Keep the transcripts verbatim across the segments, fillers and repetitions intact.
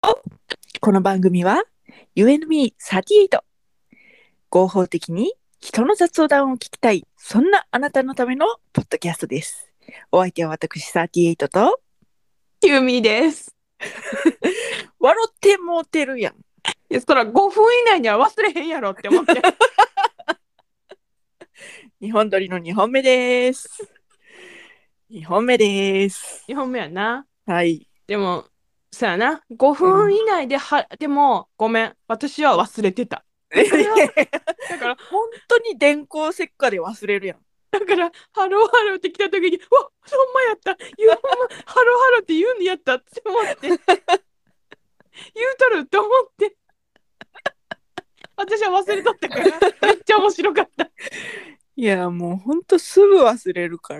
この番組は ユーエヌミーさんじゅうはち 合法的に人の雑談を聞きたい、そんなあなたのためのポッドキャストです。お相手は私さんじゅうはちとゆみです。 笑ってもうてるやん。 いや、そらごふん以内には忘れへんやろって思って。 にほん撮りのにほんめです。にほんめです。 にほんめやな。 はい。 でも、そうやな。5 うん。 分以内では、でも、ごめん。私は忘れてた。 いやいやだから、 本当に電光石火で忘れるやん。 だから、ハローハローって来た時に、うわ、ほんまやった。言う、ほんま、ハローハローって言うんやったって思って、言うとると思って、私は忘れとったから、めっちゃ面白かった。 いやもうほんとすぐ忘れるから。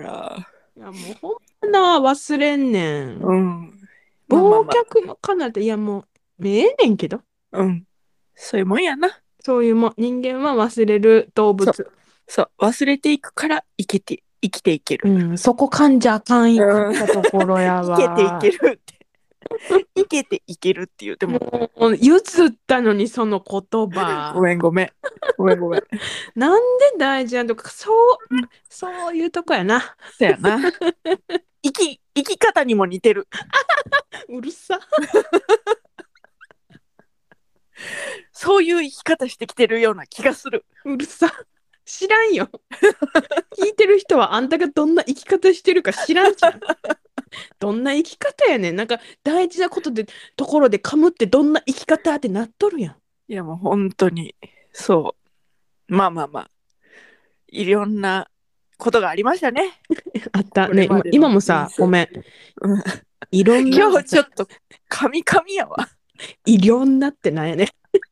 いや、もうほんまな忘れんねん。 うん。まあまあ忘まあ。 却もかなって、いやもう、ええねんけど。 うん。そういうもんやな。 そういうもん、人間は忘れる動そう。 物。 そう。忘れていくから生きて、生きていける。 うん、そこ噛んじゃあかんいかっうん。 たところや生けていけわ。 るって。生けていけるっていう。でも、 もう、譲ったのにその言葉。 ごめんごめん。ごめんごめん。 なんで大事なとか、そう、そういうとこやな。 そやな。生き、生き方にも似てる。 うるさ、 そういう生き方してきてるような気がする。 うるさ。知らんよ。聞いてる人はあんたがどんな生き方してるか知らんじゃん。どんな生き方やねん。なんか大事なことで、ところで噛むってどんな生き方ってなっとるやん。 いやもう本当に、そう。まあまあまあ。いろんなことがありましたね。 あったこれね。今、 までの今もさ、ご人生。 めん。 うん、 いろんな今がさ、 日ちょっと、カミカミやわ。 いろんなってなんやね。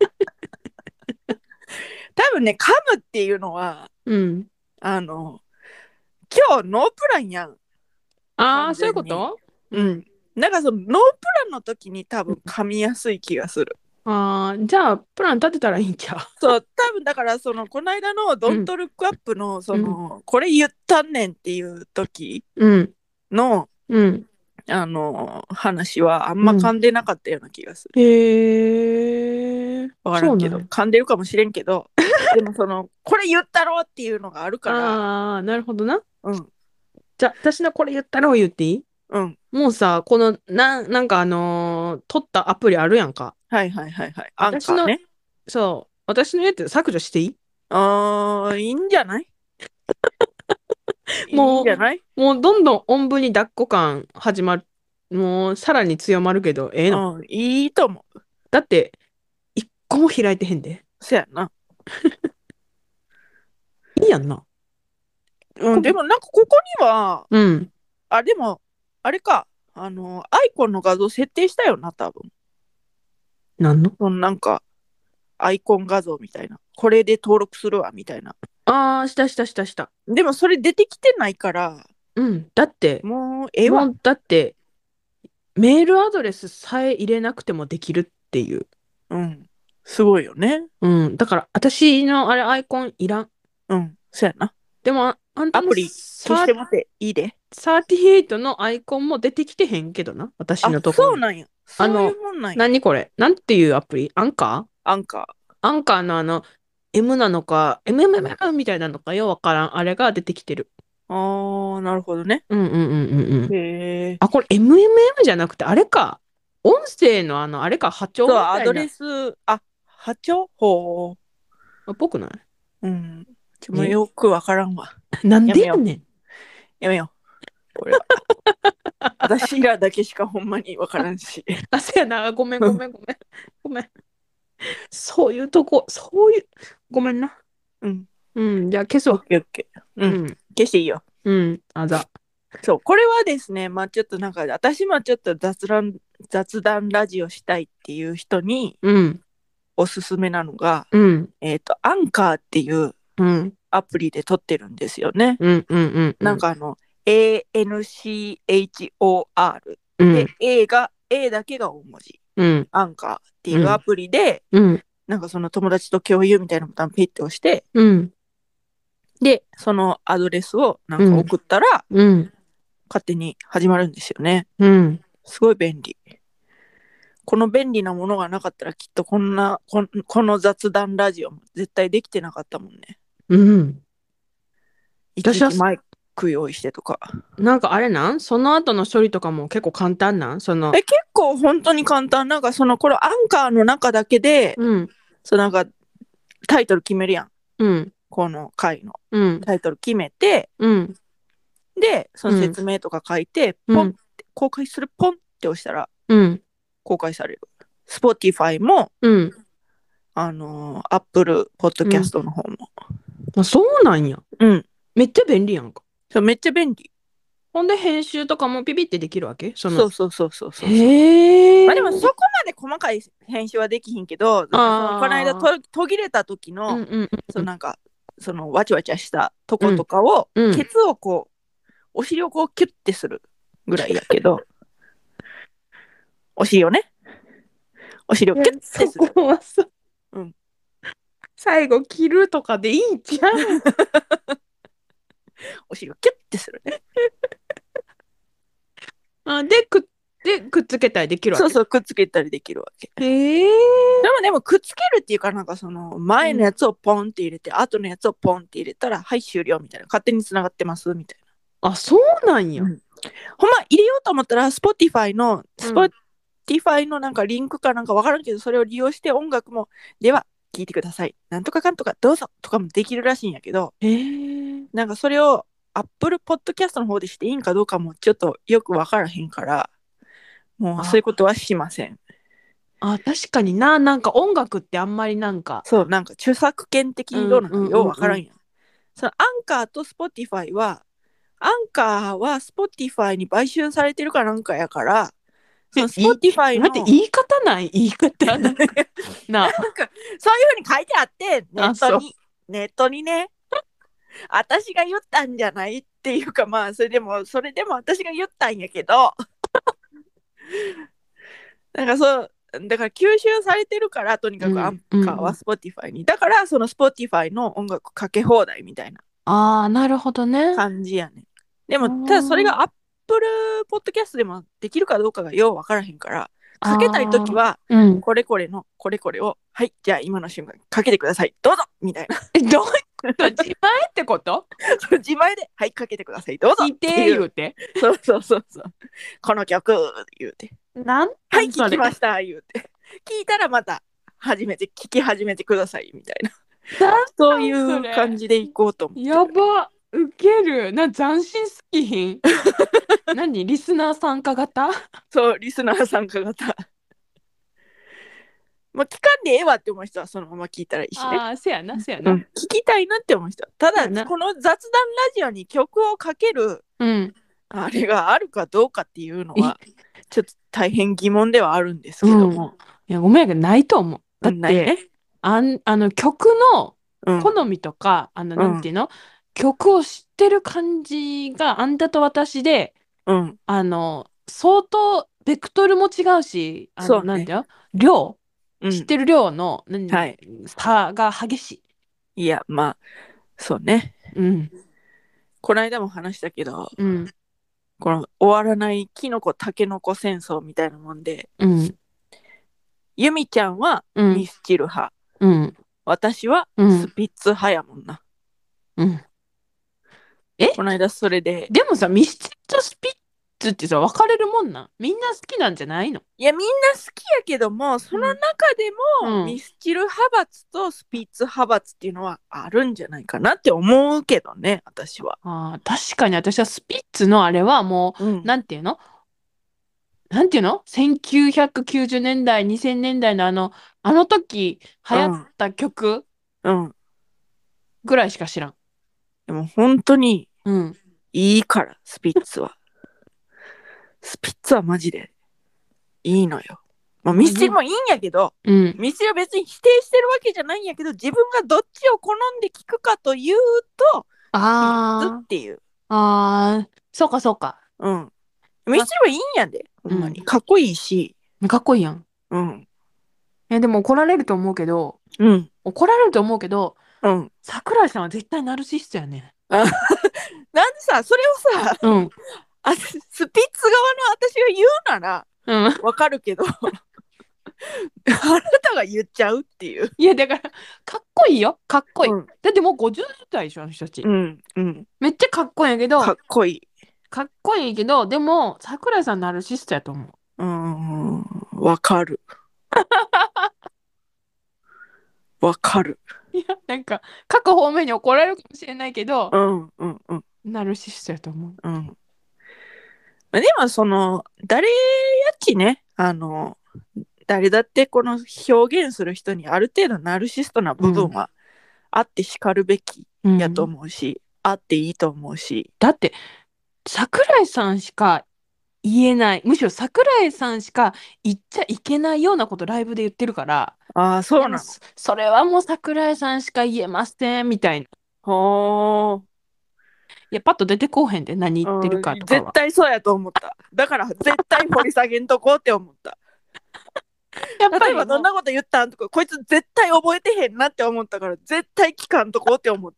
多分ね、噛むっていうのは、 うん。 あの、今日ノープランやん。 ああ、そういう完全に。 ことううん。 ん。 なんかそのノープランの時に多分噛みやすい気がする。 ああー、じゃあ、プラン立てたらいいんちゃそう、多分だからそのこの間のう。うん、 ドントルックアップのそうん、 のこれ言ったんねんっていう時うん、 のうん、 あの話はあんま噛うん。 んでなかったような気がする。 へえ、 わからんけそうなんや。 ど噛んでるかもしれんけど、でもそのこれ言ったろっていうのがあるから。 ああ、なるほどな。 うんじゃあ、私のこれ言ったらを言っていい？ うん。 もうさ、この、な、なんかあのー撮ったアプリあるやんか。 はいはいはいはい。アン私の、 カーね。 そう、私のやつ削除していい？ あーいいんじゃない？いいんもじゃない？ う、もうどんどんおんぶに抱っこ感始まる。もうさらに強まるけど、ええの？ うん、いいと思う。 だって、一個も開いてへんで。 そやな。 いいやんな。 うん、 こでもなんかここには、 うん。 あ、でも、あれか、あの、アイコンの画像設定したよな、多分。 なんの？ そのなんか、アイコン画像みたいな。これで登録するわ、みたいな。 ああー、したしたしたした。 でもそれ出てきてないから、 うん。だって、 もうええわ。 もう、だって、メールアドレスさえ入れなくてもできるっていう。 うん。すごいよね。 うん。だから、私のあれアイコンいらん。 うん。そやな。 でも、あ、あんたのアプリ消しサー、 てもっていいで。 サーティエイトのアイコンも出てきてへんけどな。私あ、 のところに。 そうなんや。そういあの、 うもんなんや。 何これなんていうアプリ？アンカー？ アンカアンカーのあの、M なのか、エムエムエム みたいなのかよ、わからん。あれが出てきてる。 ー。あー、なるほどね。 うんうんうんうんうん。 へえ。 あ、これ エムエムエム じゃなくて、あれか。音声のあの、あれか、波長そう、 みたいな。 アドレス、あ、波長法。 っぽくない？ うん。ちょ、もうえよくわからんわ。 なんやめよでやねん。 う。やめよう。これは。私らだけしかほんまにわからんし。 あ、そうやな。ごめんうん。 ごめんごめん。ごめん。そういうとこ、そういう、ごめんな。 うん。 うん、じゃあ消すオッわ。 ケーオッケー。うん。 うん、 消していいよ。 うん、あざ。 そう、これはですね、まあちょっとなんか、私もちょっと雑談、雑談ラジオしたいっていう人にうん、 おすすめなのが、 うん、 えっと、アンカーっていううん、 アプリで撮ってるんですよね。 うん、うん、うん、うん、 なんかあの、エーエヌシーエイチオーアール で、 うん、 A が、A だけが大文字。 うん、 アンカーっていうアプリで、 うん、 なんかその友達と共有みたいなボタンピッて押して、 うん、 で、そのアドレスをなんかうん、 送ったら、 うん、 勝手に始まるんですよね。 うん。 すごい便利。 この便利なものがなかったらきっとこんなこんこの雑談ラジオも絶対できてなかったもんね。 うん。 いちい私はちマイク用意してとか。 なんかあれなんその後の処理とかも結構簡単なんその。 え、結構本当に簡単。なんかそのこのアンカーの中だけで、 うん。 そうなんかタイトル決めるやん。 うん。 この回のうん。 タイトル決めて、 うん。 でその説明とか書いて、 うんポンって公開するポンって押したらうん。 公開される。Spotify も、 うん。 あのー、Apple Podcast の方も。 あ、そうなんや。 うん。 めっちゃ便利やんか。 そうめっちゃ便利。 ほんで編集とかもピピってできるわけその。 そうそうそうそうそう。 へー。 まあでもそこまで細かい編集はできひんけど、そのこの間と途切れた時の、 うんうんうん、 そのなんかそのわちゃわちゃしたとことかを、 うんうん、 ケツをこうお尻をこうキュッてするぐらいやけどお尻をねお尻をキュッてする。 そこはさ、 うん、 最後切るとかでいいんちゃうお尻をキュッてするね。 あでくでくっつけたりできるわけ。 そうそう、くっつけたりできるわけ。 へえ。 でもでもくっつけるっていうかなんかその前のやつをポンって入れて、うん、後のやつをポンって入れたらはい終了みたいな、勝手につながってますみたいな。 あ、そうなんや、うん、 ほんま入れようと思ったら Spotify の Spotify のなんかリンクかなんか分からんけど、それを利用して音楽もでは聴いてくださいなんとかかんとかどうぞとかもできるらしいんやけど、 へー、 なんかそれを Apple Podcast の方でしていいんかどうかもちょっとよく分からへんから、もうそういうことはしません。 あ、確かにな、なんか音楽ってあんまりなんかそう、なんか著作権的にどうなのかよう分からんやん。そのアンカーと Spotify は、アンカーは Spotify に買収されてるかなんかやから、その Spotify の待って、言い方ない言い方なんかな、 なんかそういう風に書いてあって、ネットにネットにね、私が言ったんじゃないっていうか、まあそれでもそれでも私が言ったんやけどなんかそうだから吸収されてるから、とにかくアンカーは Spotify に、うん、だからその Spotify の音楽かけ放題みたいな、 あー、なるほどね、 感じやね。でもただそれが Apple Podcast でもできるかどうかがよう分からへんから、かけたいときは、うん、これこれのこれこれを、はいじゃあ今の瞬間かけてくださいどうぞみたいな。 え、どういうこと自前ってこと自前ではいかけてくださいどうぞって言うて、 そうそうそうそう、この曲言うて、 なんはい聞きました言うて、聞いたらまた始めて聞き始めてくださいみたいな、そういう感じでいこうと思って。 やば、ウケるな、斬新すぎひん何リスナー参加型そう、リスナー参加型まあ聞かんでええわって思う人はそのまま聞いたらいいしね。 ああ、せやな、せやな、 うん、聞きたいなって思う人は。ただこの雑談ラジオに曲をかける、うん、あれがあるかどうかっていうのはちょっと大変疑問ではあるんですけども、うん、 いやごめんけどないと思う。だって、ね、あんあの曲の好みとか、うん、あのなんていうの、うん、曲を知ってる感じがあんたと私で、うん、あの相当ベクトルも違うし、あのそう、ね、なんていうの量、うん、知ってる量の、はい、差が激しい。いやまあそうね、 うん、 この間も話したけど、 うん、 この終わらないキノコタケノコ戦争みたいなもんで、うん、ユミちゃんはミスチル派、うん、私はスピッツ派やもんな、うん、えこの間それで。 でもさ、ミスチルとスピッツってさ分かれるもんなん、みんな好きなんじゃないの？ いやみんな好きやけども、その中でも、うん、ミスチル派閥とスピッツ派閥っていうのはあるんじゃないかなって思うけどね、私は。 あ、確かに私はスピッツのあれはもう、うん、なんていうのなんていうのせんきゅうひゃくきゅうじゅうねんだいにせんねんだいのあのあの時流行った曲、うん、ぐらいしか知らん。 でも本当にいいから、スピッツはスピッツはマジでいいのよ。まあ、ミスチルもいいんやけど、うん、ミスチルは別に否定してるわけじゃないんやけど、自分がどっちを好んで聴くかというと、 あスピッツっていう。 ああ、そうかそうか。 うん。ミスチルはいいんやで、ほんまに、うん、かっこいいし。 かっこいいやん。 うん。 え、でも怒られると思うけど、 うん。 怒られると思うけど、 うん。 桜井さんは絶対ナルシストやね。 なんでさ、それをさ、うん、あスピッツ側の私が言うならわ、うん、かるけどあなたが言っちゃうっていう。 いやだからかっこいいよ、かっこいい、 うん、 だってもうごじゅう代でしょあの人たち、 うんうんめっちゃかっこいいんやけど、 かっこいい。 かっこいいけど、でも桜井さんナルシストやと思う。 うん、わかる。わかる。 いやなんか各方面に怒られるかもしれないけど、 うんうんうんナルシストやと思う。 うん。でもその誰やっちね、あの誰だってこの表現する人にある程度ナルシストな部分はあってしかるべきやと思うし、うん、あっていいと思うし。 だって桜井さんしか言えない、むしろ桜井さんしか言っちゃいけないようなことライブで言ってるから、 ああそうなの。 そ、それはもう桜井さんしか言えませんみたいな。 ほー。 いやパッと出てこうへんで何言ってるかとかは。 絶対そうやと思った。だから絶対掘り下げんとこうって思った。やっぱり例えばどんなこと言ったんとか、こいつ絶対覚えてへんなって思ったから絶対聞かんとこうって思った。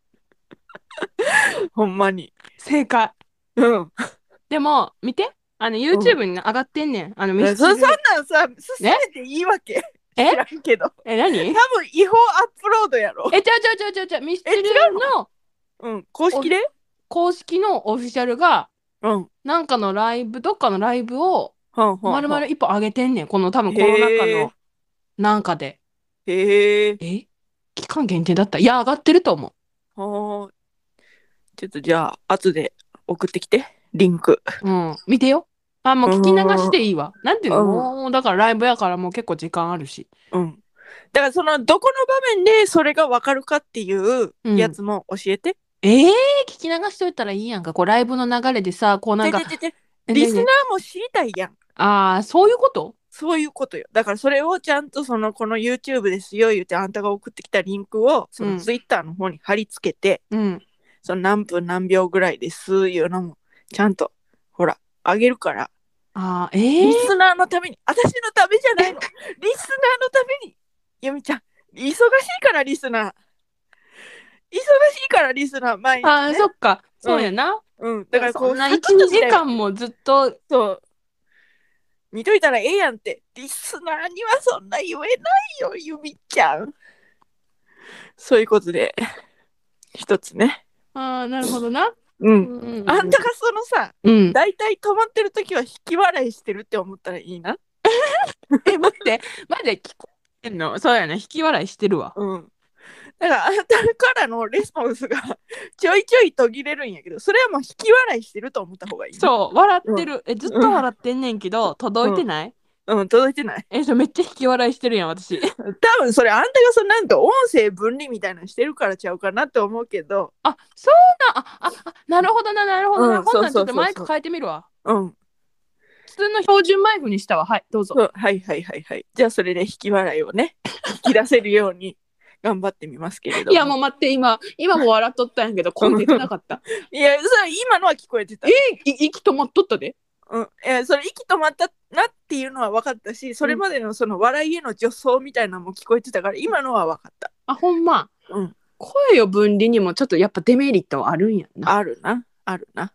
ほんまに正解。 うん。 でも見て、あの YouTube に上がってんねん、うん、あのミスチル。 そ, そんなんさ進めていいわけ知らんけど。 え何？ 多分違法アップロードやろ。 えちゃうちゃうちゃうちゃうちゃう、ミスチルのうん、公式で公式のオフィシャルが、 うん、 なんかのライブ、どっかのライブをまるまる一本上げてんねん、この多分コロナ禍のなんかで。 へえ。 え期間限定だった？いや上がってると思う。はちょっとじゃあ後で送ってきてリンク。 うん見てよ。あもう聞き流していいわ。なんていうの、もうだからライブやからもう結構時間あるし。 うん。だからそのどこの場面でそれが分かるかっていうやつも教えて。 うん、えー、聞き流しといたらいいやんか。こうライブの流れでさ、こうなんか。 リスナーも知りたいやん。 ああ、そういうこと？ そういうことよ。だからそれをちゃんとそのこの YouTube ですよ言ってあんたが送ってきたリンクをその Twitter の方に貼り付けて、 うん、 その何分何秒ぐらいですいうのもちゃんとほらあげるから。 あー、えー、 リスナーのために、私のためじゃないの。リスナーのために、ゆみちゃん、忙しいからリスナー。忙しいからリスナー、毎日、ね。 ああ、そっか、そうやな。 うん、うん、だからこう、 そんないち、にじかんもずっと、 そう、見といたらええやんって。リスナーにはそんな言えないよ、ゆみちゃん。そういうことで、一つね。 ああ、なるほどな。 うん、うんうん、あんたがそのさ、 うん、 だいたい止まってる時は引き笑いしてるって思ったらいいな。 え、待って、待って、聞こえんの？そうやね、引き笑いしてるわ。 うん。だからあんたからのレスポンスがちょいちょい途切れるんやけど、それはもう引き笑いしてると思った方がいい。 そう、笑ってる。うん、え、ずっと笑ってんねんけど、うん、届いてない？ うん、うん、届いてない。 え、それめっちゃ引き笑いしてるやん、私。 多分それあんたがそのなんか音声分離みたいなのしてるからちゃうかなって思うけど。 あ、そうな、あ、あ、あなるほどな、なるほどな。うん、ほんなんちょっとマイク変えてみるわ。 うん。 普通の標準マイクにしたわ。はい、どうぞ。 はいはいはいはい。じゃあそれで引き笑いをね、引き出せるように頑張ってみますけれども。 いやもう待って、今、今も笑っとったんやけど、声出てなかった。 いや、それ今のは聞こえてた。 えー、息止まっとったで。 うん、いやそれ息止まったなっていうのは分かったし、それまでのその笑いへの助走みたいなのも聞こえてたから、今のは分かった。 あ、ほんま。 うん。 声を分離にもちょっとやっぱデメリットあるんやな。 あるな、あるな。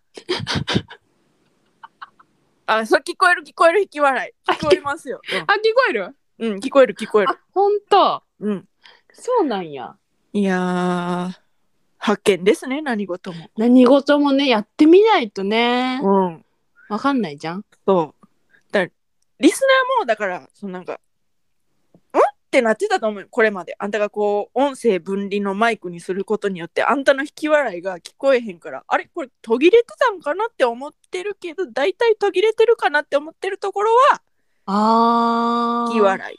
あ、そう聞こえる聞こえる引き笑い。聞こえますよ。 うん、あ、聞こえる？ うん、聞こえる聞こえる。 あ、ほんと。 うん。 そうなんや。 いやー、発見ですね、何事も。 何事もね、やってみないとね。 うん。 わかんないじゃん。 そう。だリスナーもだからそのなんかんってなってたと思うよ、これまで。あんたがこう音声分離のマイクにすることによってあんたの引き笑いが聞こえへんから、あれこれ途切れてたんかなって思ってるけど、だいたい途切れてるかなって思ってるところはあ引き笑い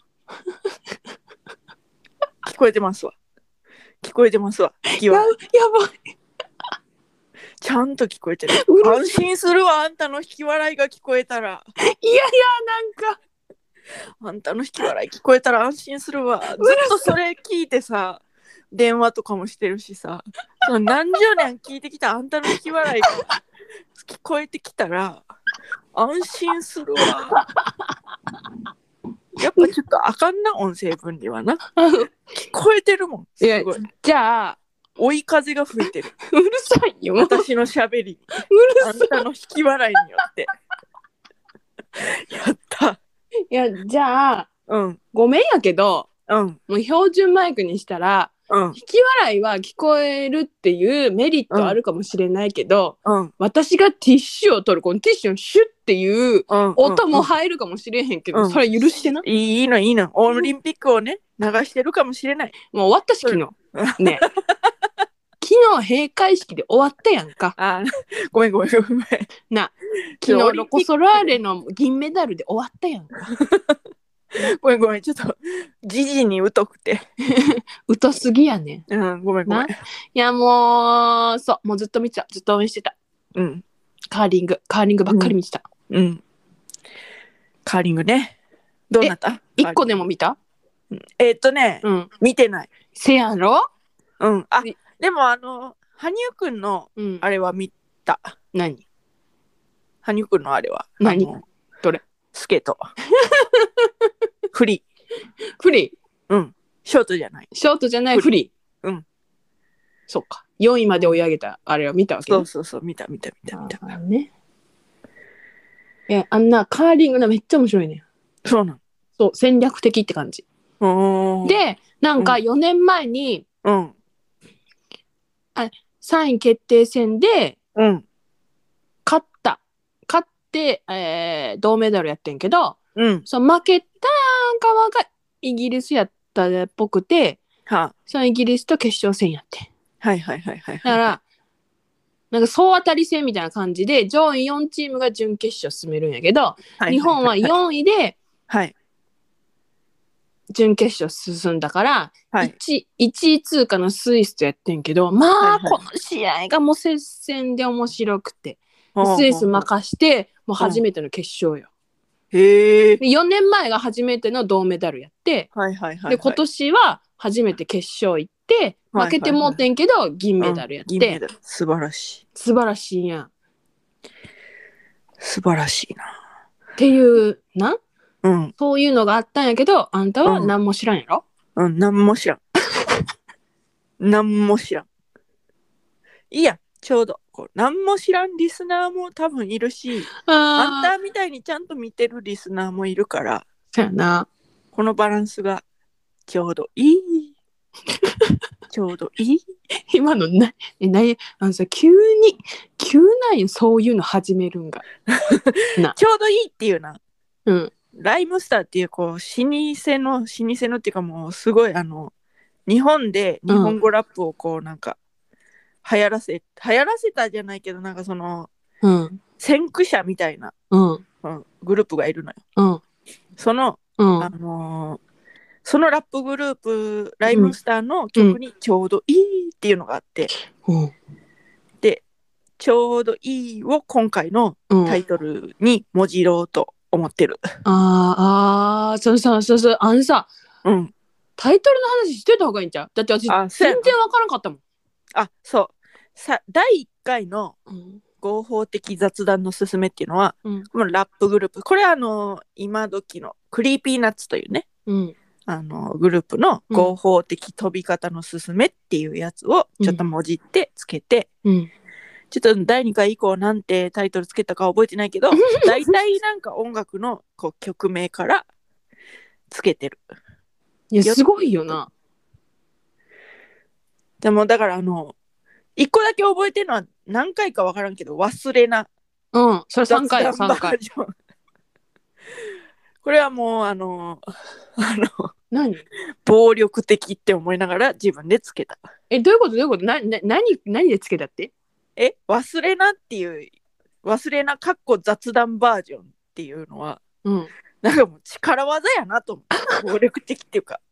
聞こえてますわ。聞こえてますわ。引き笑い。 や、やばい。 ちゃんと聞こえてる。安心するわ、あんたの引き笑いが聞こえたら。 いやいや、なんかあんたの引き笑い聞こえたら安心するわ。ずっとそれ聞いてさ、電話とかもしてるしさ、その何十年聞いてきたあんたの引き笑いが聞こえてきたら安心するわ。やっぱちょっとあかんな、音声分離はな。聞こえてるもん。すごい。 いや、じゃあ追い風が吹いてる。 うるさいよ。 私のしゃべりに。 うるさい。 あんたの引き笑いによって。やった。 いや、じゃあ、 うんごめんやけど、 うんもう標準マイクにしたら、 うん引き笑いは聞こえるっていうメリットあるかもしれないけど、 うん私がティッシュを取る、このティッシュのシュッっていううん音も入るかもしれへんけど、 うんそれ許してな。 いいのいいの、オリンピックをね流してるかもしれない。 もう終わったし、昨日。ね。昨日閉会式で終わったやんか。 あごめんごめんごめん。 な、昨日ロコ・ソラーレの銀メダルで終わったやんか。 ごめんごめん、ちょっと時事に疎くて。 疎すぎやねん。 うんごめんごめん。 いやもう、そう、もうずっと見てた。ずっと応援してた。 うんカーリング、カーリングばっかり見てた。 うん。カーリングね。どうなった？ 一個でも見た？ えーっとね、 うん。 見てない。 せやろ？ うんあねでもあの羽生くんのうん。 あれは見た。 何？ 羽生くんのあれは何？ あのどれ？ スケートフリフリー。うんショートじゃない。 ー。ショートじゃないフリー。 うん。 そっか。よんいまで追い上げたあれは見たわけね。 そうそうそう見た見た見た見た。 あーね。いや、あんなカーリングなめっちゃ面白いね。 そうなん。 そう、戦略的って感じ。 おーで、なんかよねんまえにうんさんい決定戦でうん勝った。勝って、えー銅メダルやってんけど、 うんその負けた側がイギリスやったっぽくて、 はそのイギリスと決勝戦やってん。 はいはいはいはいだから、なんか総当たり戦みたいな感じで、上位よんチームが準決勝進めるんやけど、 はい日本はよんいではい準決勝進んだから、 はい 1, 1位通過のスイスとやってんけど、まあ、 はいはいこの試合がもう接戦で面白くて、 ほうほうほうスイス任してもう初めての決勝よ。 へえでよねんまえが初めての銅メダルやって、 はいはいはいはい。 で今年は初めて決勝行って負けてもうてんけど銀メダルやって、 うん銀メダル素晴らしい素晴らしいやんっ素晴らしいな。 ていうな、 うんそういうのがあったんやけど、あんたは何も知らんやろ？ うん何も知らん何も知らん。いいやちょうどこう何も知らんリスナーも多分いるし、あんたみたいにちゃんと見てるリスナーもいるから、 そうやな。 このバランスがちょうどいいちょうどいい。 今のな、え、なに、あのさ、急に、急なんよ、そういうの始めるんが。な。 ちょうどいいっていうな。 うん。 ライムスターっていうこう老舗の老舗のっていうかもうすごいあの日本で日本語ラップをこうなんか流行らせ、流行らせたじゃないけどなんかそのうん。 先駆者みたいな、 うん。 うん、グループがいるのよ。 うん。 その、 うん。 あのーそのラップグループライムスターの曲にちょうどいいっていうのがあって、 うん。 でちょうどいいを今回のタイトルにもじろうと思ってる。 あーあー、そうそうそうそう、あのさ、 うん。 タイトルの話しといた方がいいんちゃう？だって私、 あそうやな全然わからんかったもん。 あ、そうさだいいっかいのうん。 合法的雑談のすすめっていうのは、 うん。 このラップグループ、これはあの今時のクリーピーナッツというね、 うん。 あのグループの合法的飛び方のすすめっていうやつをちょっともじってつけて、 うん。 ちょっとだいにかい以降なんてタイトルつけたか覚えてないけどだいたいなんか音楽のこう曲名からつけてる。 いや、すごいよな。 でもだからあのいっこだけ覚えてるのは何回か分からんけど忘れなうん。それさんかいよ、 雑談さんかい。 バージョンこれはもうあのあの何？ 暴力的って思いながら自分でつけた。 え、どういうことどういうことな、な、何、何でつけたって？ え忘れなっていう忘れなかっこ雑談バージョンっていうのはうん。 なんかもう力技やなと思って暴力的っていうか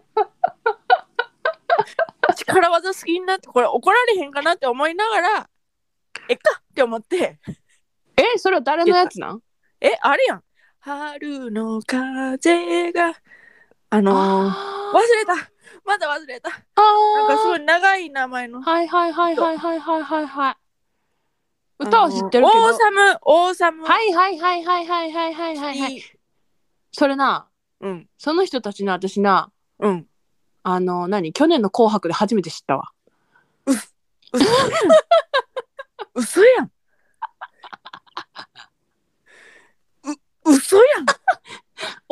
力技好きになってこれ怒られへんかなって思いながらえっかって思ってえ、それは誰のやつなん？ えあれやん春の風があのー、 あ忘れたまだ忘れたあなんかすごい。 い長い名前のはいはいはいはいはいはいはいはい。歌は知ってるけど。 オーサムオーサムはいはいはいはいはいはいはいはいはい。それな、 うんその人たちな、私な、 うんあの、何、去年の紅白で初めて知ったわ。 嘘やん嘘やんう嘘やん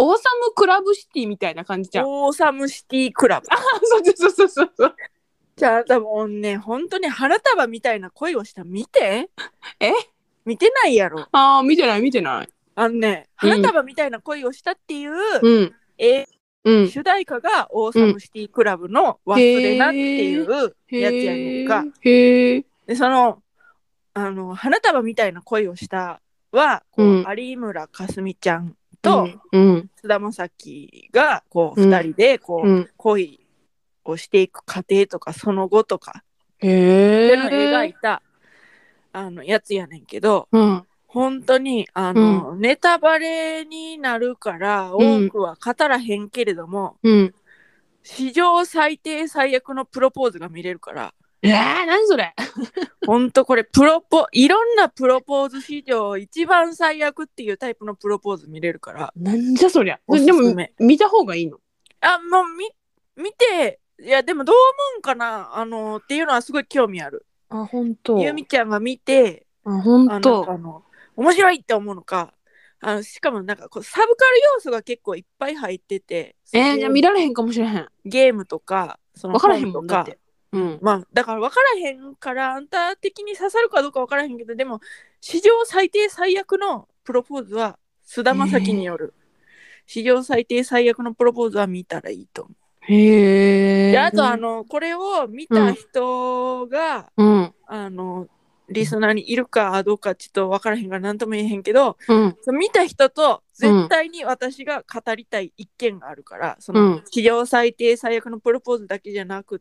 オーサムクラブシティみたいな感じじゃん。 オーサムシティクラブ。 あ、そうそうそうそうそう。 じゃああなたもうね、本当に花束みたいな恋をした見て。 え見てないやろ。 あー見てない見てない。 あのね、 うん花束みたいな恋をしたっていううん映うん。 主題歌がオーサムシティクラブの忘れなっていうやつやねんか。 へえ。 で、その、あの、花束みたいな恋をしたは、こう、 うん有村架純ちゃんとうん菅田将暉が、こう、 うん二人で、こう、 うん。 恋をしていく過程とか、その後とか、 へっていうのを描え。 いた、あの、やつやねんけど、 うん本当に、あの、ネタバレになるから、多くは語らへんけれども、 うん。 史上最低最悪のプロポーズが見れるから、 えー、何それ。 ほんとこれプロポいろんなプロポーズ史上一番最悪っていうタイプのプロポーズ見れるから、 なんじゃそりゃ。 おすですもめ。 見た方がいいの。 あ、もうみ見て、いやでもどう思うんかな、あのっていうのはすごい興味ある。 あ、本当。 ゆみちゃんが見て、 あ、本あなん当。 かあの面白いって思うのか、あのしかもなんかこうサブカル要素が結構いっぱい入ってて、 えー、じゃあ見られへんかもしれへん。 ゲームとかその分からへん本とかもんだって。うん。 まあだから分からへんからあんた的に刺さるかどうか分からへんけど、でも史上最低最悪のプロポーズは菅田将暉による、えー、史上最低最悪のプロポーズは見たらいいと思う。 へえ。 であとあのこれを見た人が、 うん、 あのリスナーにいるかどうかちょっと分からへんから何とも言えへんけど、 うん、 見た人と絶対に私が語りたい一件があるから、うん、その史上最低最悪のプロポーズだけじゃなくって、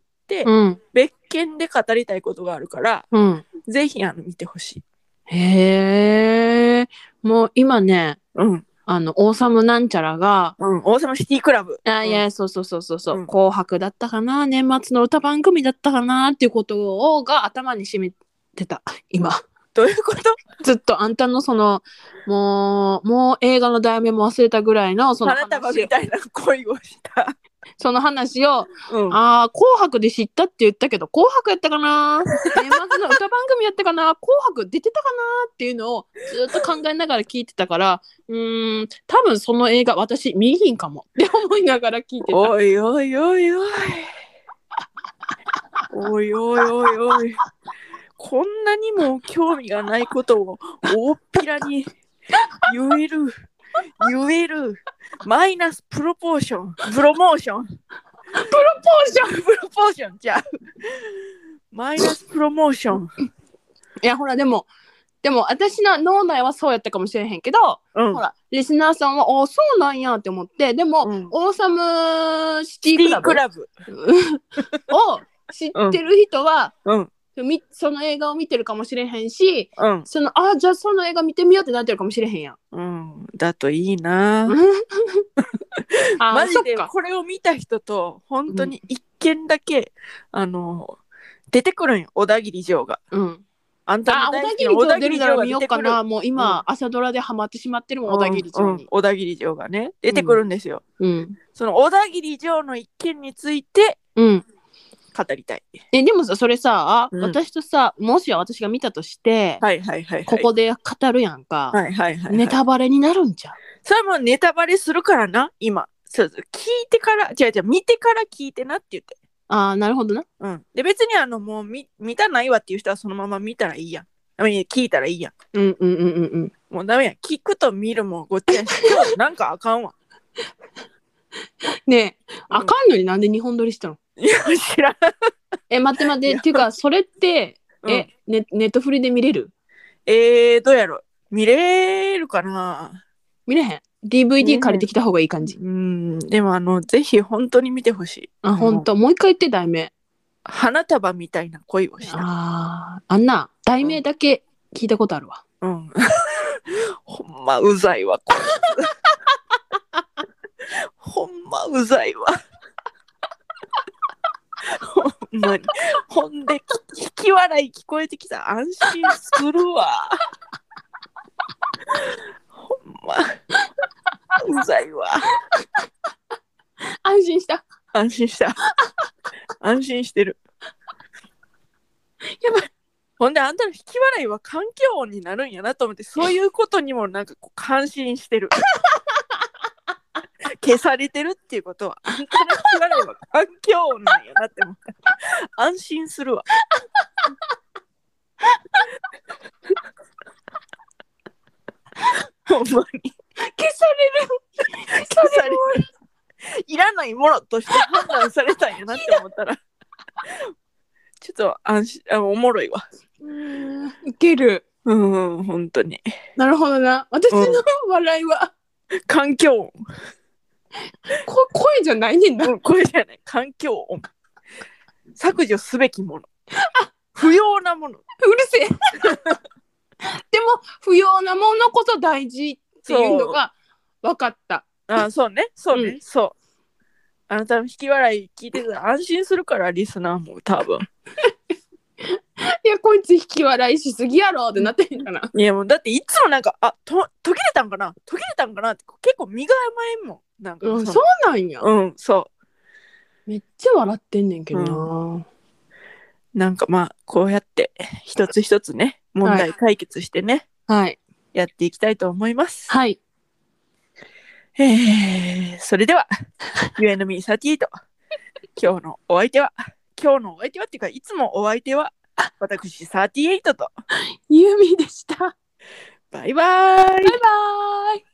うん、別件で語りたいことがあるから、うん、ぜひあの見てほしい。 へえ。もう今ね、うん、あのオーサムなんちゃらが、 うん、オーサムシティクラブ、 あ、いや、そうそうそうそうそう、うん、紅白だったかな、年末の歌番組だったかなっていうことをが頭に染みてた今。 どういうこと？ ずっとあんたのそのもうもう映画の題名も忘れたぐらいのその話花束みたいな恋をしたその話を、うん、ああ紅白で知ったって言ったけど紅白やったかな、年末の歌番組やったかな、紅白出てたかなっていうのをずっと考えながら聞いてたから、うーん多分その映画私見ひんかもって思いながら聞いてた。 おいおいおいおいおいおいおいおい、こんなにも興味がないことを大っぴらに言える言えるマイナスプロポーションプロモーションプロポーションプロポーションじゃマイナスプロモーション。 いやほらでもでも私の脳内はそうやったかもしれへんけど、うん、ほらリスナーさんはあそうなんやって思って、でも、うん、オーサムシティクラブを知ってる人は、うんうんその映画を見てるかもしれへんし、うん、そのあじゃあその映画見てみようってなってるかもしれへんやん、 うん、だといいなマジでこれを見た人と本当に一件だけ、うん、あの出てくるんよ小田切城が、うん、あんたの大好きな小田切城が出てくる。あ、小田切城出るなら見ようかな。もう今、うん、朝ドラでハマってしまってるもん、小田切城に、うん、 小田切城がね出てくるんですよ、 うん、 その小田切城の一件について、うん語りたい。 えでもさそれさ、うん、私とさもし私が見たとして、 はいはいはいはい、 ここで語るやんか、 はいはいはいはい、 ネタバレになるんじゃん。 それはもうネタバレするからな今。そうそう聞いてから違う違う見てから聞いてなって言って。 ああなるほどな。 うん。で別にあのもう 見, 見たないわっていう人はそのまま見たらいいやん。あいや聞いたらいいやん。 うんうんうんうんうん。 もうダメやん。聞くと見るもごっちゃやし今日なんかあかんわ。 ねえ、うん、あかんのになんで日本撮りしたの？ いや知らん。 え待って待ってっていうかそれって、うん、えネネットフリで見れる？ えーどうやろ見れるかな。 見れへん。 ディーブイディー 借りてきた方がいい感じ。 うんでもあのぜひ本当に見てほしい。 あ本当もう一回言って題名。 花束みたいな恋をした。 ああんな題名だけ聞いたことあるわ。 うん、うん、ほんまうざいわこいつほんまうざいわほんまに。ほんで引き笑い聞こえてきた。安心するわほんまうざいわ。 安心した安心した安心してる。 やばい。 ほんであんたの引き笑いは環境音になるんやなと思って、そういうことにもなんかこう感心してる消されてるっていうことはあんたの引き笑いは環境音なんやなって思った安心するわほんまに消される消されるいらないものとして判断されたんやなって思ったらちょっと安心あおもろいわ。 うーんウケる。 うん本当になるほどな。私の笑いは、 環境音、 こ声じゃないねんな。 うん、これじゃない環境音削除すべきもの不要なものうるせえでも不要なものこそ大事っていうのが分かった。 あそうねそうね、 うんそうあなたの引き笑い聞いてたら安心するからリスナーも多分いやこいつ引き笑いしすぎやろってなってんかな。 いやもうだっていつもなんかあと途切れたんかな途切れたんかなって結構身構えんもんなんかうん、 のそうなんや。 うんそうめっちゃ笑ってんねんけどな、 うん、なんかまあこうやって一つ一つね問題解決してね、 はい、 やっていきたいと思います。 はい、 えー、それでは ユーエヌミーサーティエイト 今日のお相手は今日のお相手はっていうかいつもお相手は私サーティエイトとユミでした。 バイバーイ。 バイバーイ。